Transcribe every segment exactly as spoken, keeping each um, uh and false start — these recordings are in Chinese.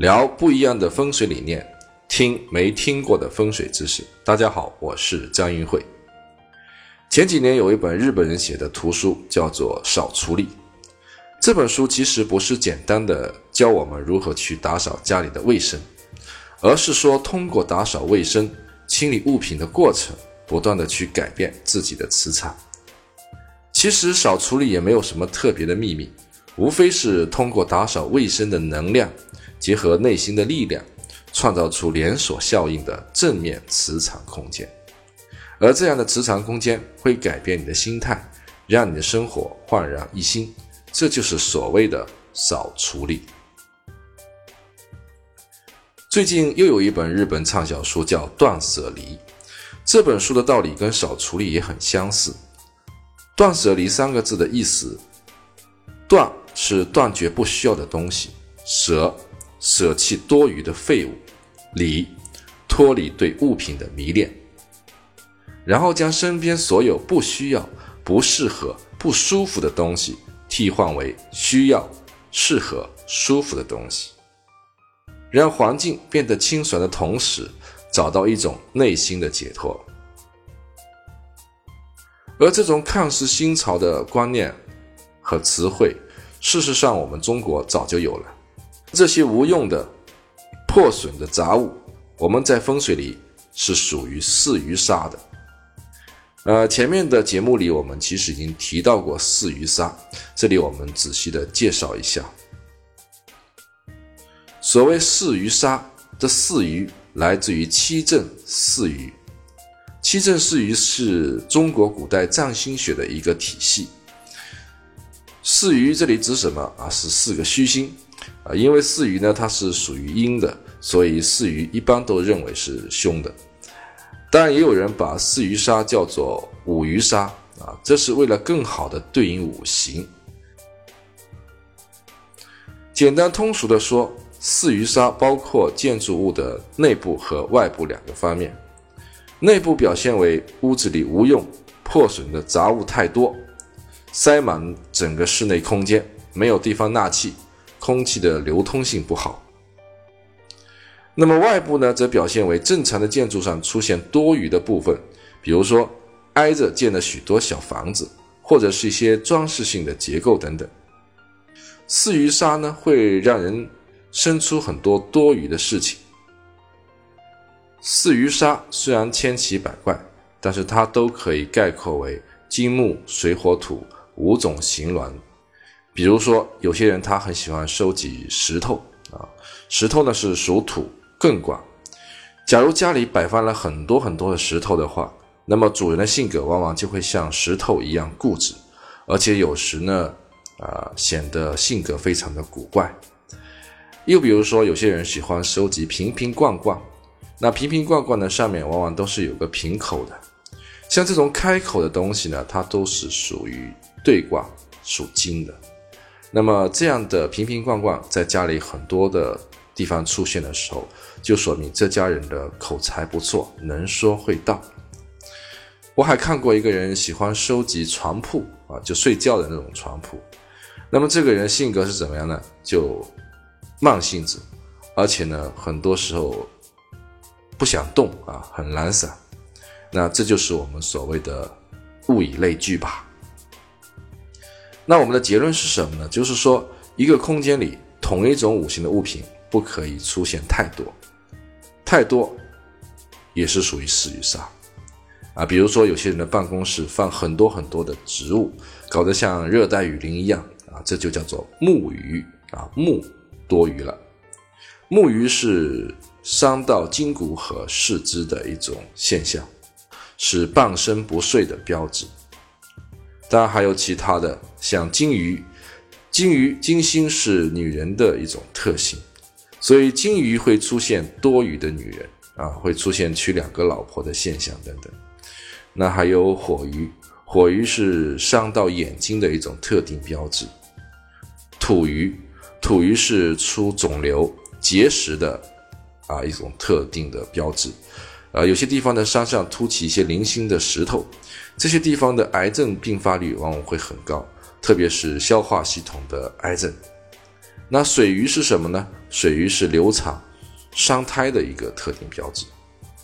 聊不一样的风水理念，听没听过的风水知识。大家好，我是张云慧。前几年有一本日本人写的图书叫做《少处理》，这本书其实不是简单的教我们如何去打扫家里的卫生，而是说通过打扫卫生、清理物品的过程，不断的去改变自己的磁场。其实少处理也没有什么特别的秘密，无非是通过打扫卫生的能量结合内心的力量，创造出连锁效应的正面磁场空间。而这样的磁场空间会改变你的心态，让你的生活焕然一新，这就是所谓的少处理。最近又有一本日本畅销书叫《断舍离》，这本书的道理跟少处理也很相似。断舍离三个字的意思，断是断绝不需要的东西，舍舍弃多余的废物，离脱离对物品的迷恋，然后将身边所有不需要、不适合、不舒服的东西替换为需要、适合、舒服的东西，让环境变得清爽的同时，找到一种内心的解脱。而这种看似新潮的观念和词汇，事实上我们中国早就有了。这些无用的、破损的杂物，我们在风水里是属于四余沙的。呃，前面的节目里我们其实已经提到过四余沙，这里我们仔细的介绍一下。所谓四余沙的四余来自于七正四余。七正四余是中国古代占星学的一个体系。四余这里指什么啊？是四个虚星啊，因为四余呢它是属于阴的，所以四余一般都认为是凶的。当然也有人把四余沙叫做五余沙啊，这是为了更好的对应五行。简单通俗的说，四余沙包括建筑物的内部和外部两个方面。内部表现为屋子里无用、破损的杂物太多，塞满整个室内空间，没有地方纳气，空气的流通性不好。那么外部呢，则表现为正常的建筑上出现多余的部分，比如说挨着建了许多小房子，或者是一些装饰性的结构等等。四余沙呢，会让人生出很多多余的事情。四余沙虽然千奇百怪，但是它都可以概括为金木水火土五种形峦。比如说有些人他很喜欢收集石头啊，石头呢是属土更广。假如家里摆放了很多很多的石头的话，那么主人的性格往往就会像石头一样固执，而且有时呢啊显得性格非常的古怪。又比如说有些人喜欢收集瓶瓶罐罐，那瓶瓶罐罐呢上面往往都是有个瓶口的，像这种开口的东西呢，它都是属于兑卦，属金的。那么这样的瓶瓶罐罐在家里很多的地方出现的时候，就说明这家人的口才不错，能说会道。我还看过一个人喜欢收集床铺啊，就睡觉的那种床铺。那么这个人性格是怎么样呢？就慢性子，而且呢很多时候不想动啊，很懒散。那这就是我们所谓的物以类聚吧。那我们的结论是什么呢？就是说一个空间里同一种五行的物品不可以出现太多，太多也是属于四余沙啊。比如说有些人的办公室放很多很多的植物，搞得像热带雨林一样啊，这就叫做木余啊，木多余了。木余是伤到筋骨和四肢的一种现象，是半身不遂的标志。当然还有其他的，像金鱼，金鱼金星是女人的一种特性，所以金鱼会出现多余的女人啊，会出现娶两个老婆的现象等等。那还有火鱼，火鱼是伤到眼睛的一种特定标志。土鱼，土鱼是出肿瘤、结石的啊一种特定的标志。呃，有些地方的山上凸起一些零星的石头，这些地方的癌症并发率往往会很高，特别是消化系统的癌症。 那水鱼是什么呢？水鱼是流产伤胎的一个特定标志。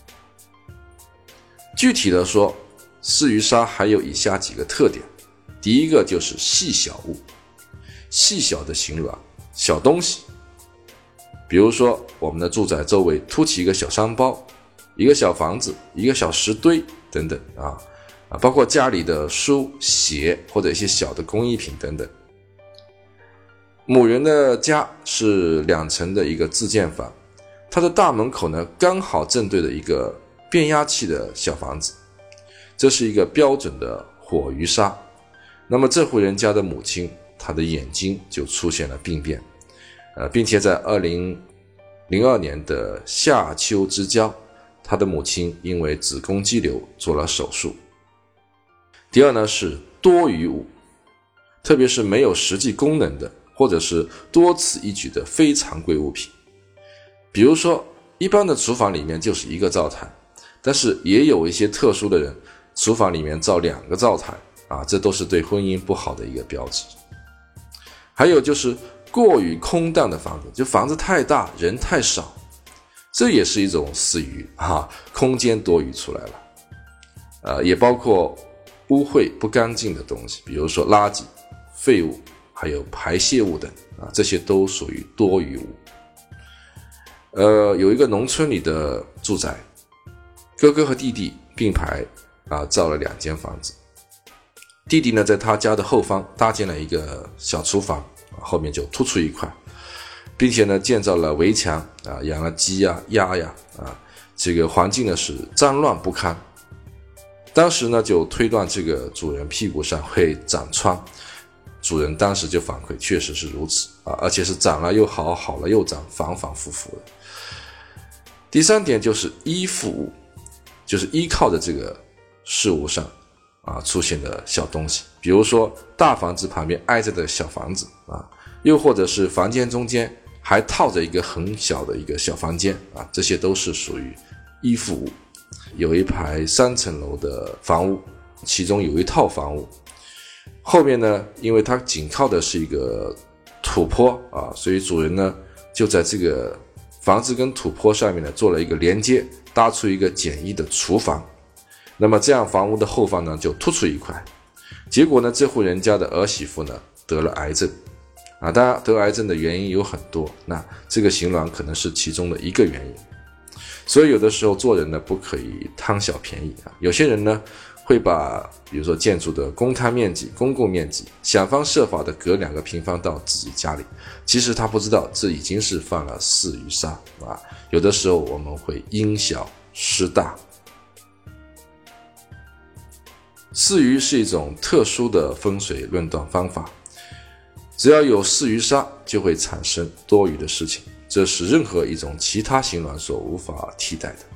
具体的说，四鱼鲨还有以下几个特点。第一个就是细小物，细小的形卵，小东西，比如说我们的住宅周围凸起一个小山包，一个小房子，一个小石堆等等啊啊，包括家里的书鞋或者一些小的工艺品等等。母人的家是两层的一个自建房，它的大门口呢刚好正对着一个变压器的小房子，这是一个标准的火鱼鲨。那么这户人家的母亲，她的眼睛就出现了病变，呃，并且在二零零二年的夏秋之交，她的母亲因为子宫肌瘤做了手术。第二呢是多余物，特别是没有实际功能的，或者是多此一举的非常规物品。比如说一般的厨房里面就是一个灶台，但是也有一些特殊的人，厨房里面造两个灶台啊，这都是对婚姻不好的一个标志。还有就是过于空荡的房子，就房子太大，人太少，这也是一种私欲啊，空间多余出来了。呃，也包括污秽不干净的东西，比如说垃圾、废物，还有排泄物等啊，这些都属于多余物。呃，有一个农村里的住宅，哥哥和弟弟并排啊造了两间房子。弟弟呢，在他家的后方搭建了一个小厨房，后面就突出一块，并且呢，建造了围墙啊，养了鸡呀、鸭呀啊，这个环境呢是脏乱不堪。当时呢，就推断这个主人屁股上会长疮，主人当时就反馈，确实是如此啊，而且是长了又好，好了又长，反反复复的。第三点就是依附物，就是依靠的这个事物上啊出现的小东西，比如说大房子旁边挨着的小房子啊，又或者是房间中间还套着一个很小的一个小房间啊，这些都是属于依附物。有一排三层楼的房屋，其中有一套房屋，后面呢，因为它紧靠的是一个土坡啊，所以主人呢就在这个房子跟土坡上面呢做了一个连接，搭出一个简易的厨房。那么这样房屋的后方呢就突出一块，结果呢这户人家的儿媳妇呢得了癌症啊，当然得癌症的原因有很多，那这个形卵可能是其中的一个原因。所以有的时候做人呢不可以贪小便宜啊，有些人呢会把比如说建筑的公摊面积、公共面积想方设法的隔两个平方到自己家里，其实他不知道这已经是犯了四鱼杀啊。有的时候我们会因小失大。四鱼是一种特殊的风水论断方法，只要有四鱼杀就会产生多余的事情，这是任何一种其他形卵所无法替代的。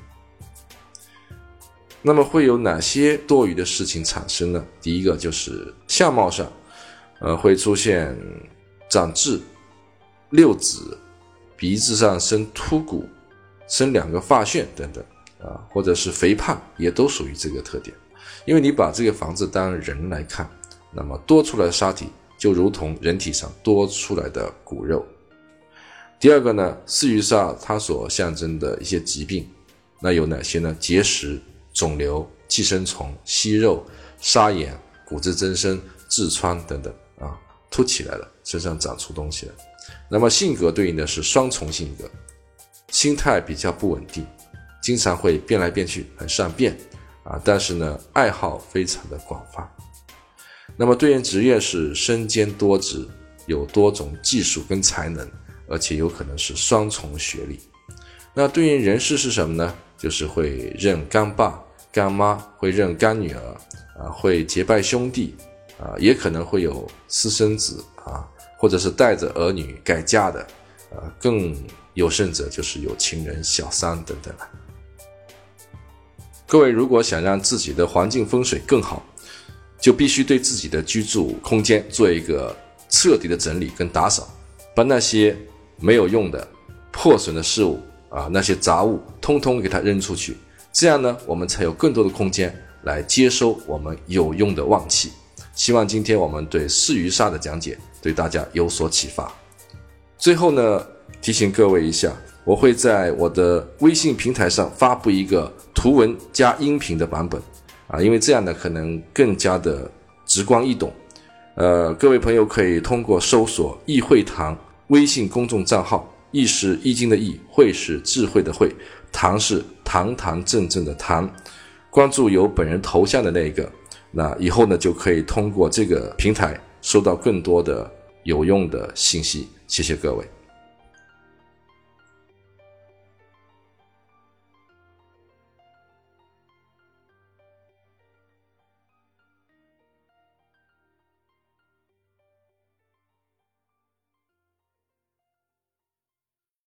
那么会有哪些多余的事情产生呢？第一个就是相貌上，呃，会出现长痣、六指，鼻子上生凸骨、生两个发旋等等啊，或者是肥胖，也都属于这个特点。因为你把这个房子当人来看，那么多出来的杀体就如同人体上多出来的骨肉。第二个呢，四鱼煞它所象征的一些疾病，那有哪些呢？结石、肿瘤、寄生虫、息肉、沙眼、骨质增生、痔疮等等啊，凸起来了，身上长出东西了。那么性格对应的是双重性格，心态比较不稳定，经常会变来变去，很善变啊，但是呢，爱好非常的广泛。那么对应职业是身兼多职，有多种技术跟才能，而且有可能是双重学历。那对应人事是什么呢？就是会认干爸、干妈，会认干女儿啊，会结拜兄弟啊，也可能会有私生子啊，或者是带着儿女改嫁的啊，更有甚者就是有情人、小三等等了。各位如果想让自己的环境风水更好，就必须对自己的居住空间做一个彻底的整理跟打扫，把那些没有用的破损的事物啊，那些杂物通通给它扔出去，这样呢我们才有更多的空间来接收我们有用的旺气。希望今天我们对四鱼煞的讲解对大家有所启发。 最后呢，提醒各位一下，我会在我的微信平台上发布一个图文加音频的版本啊，因为这样呢可能更加的直观易懂。呃，各位朋友可以通过搜索易会堂微信公众账号，易是易经的易，会是智慧的会，堂是堂堂正正的堂，关注有本人头像的那个，那以后呢就可以通过这个平台收到更多的有用的信息。谢谢各位。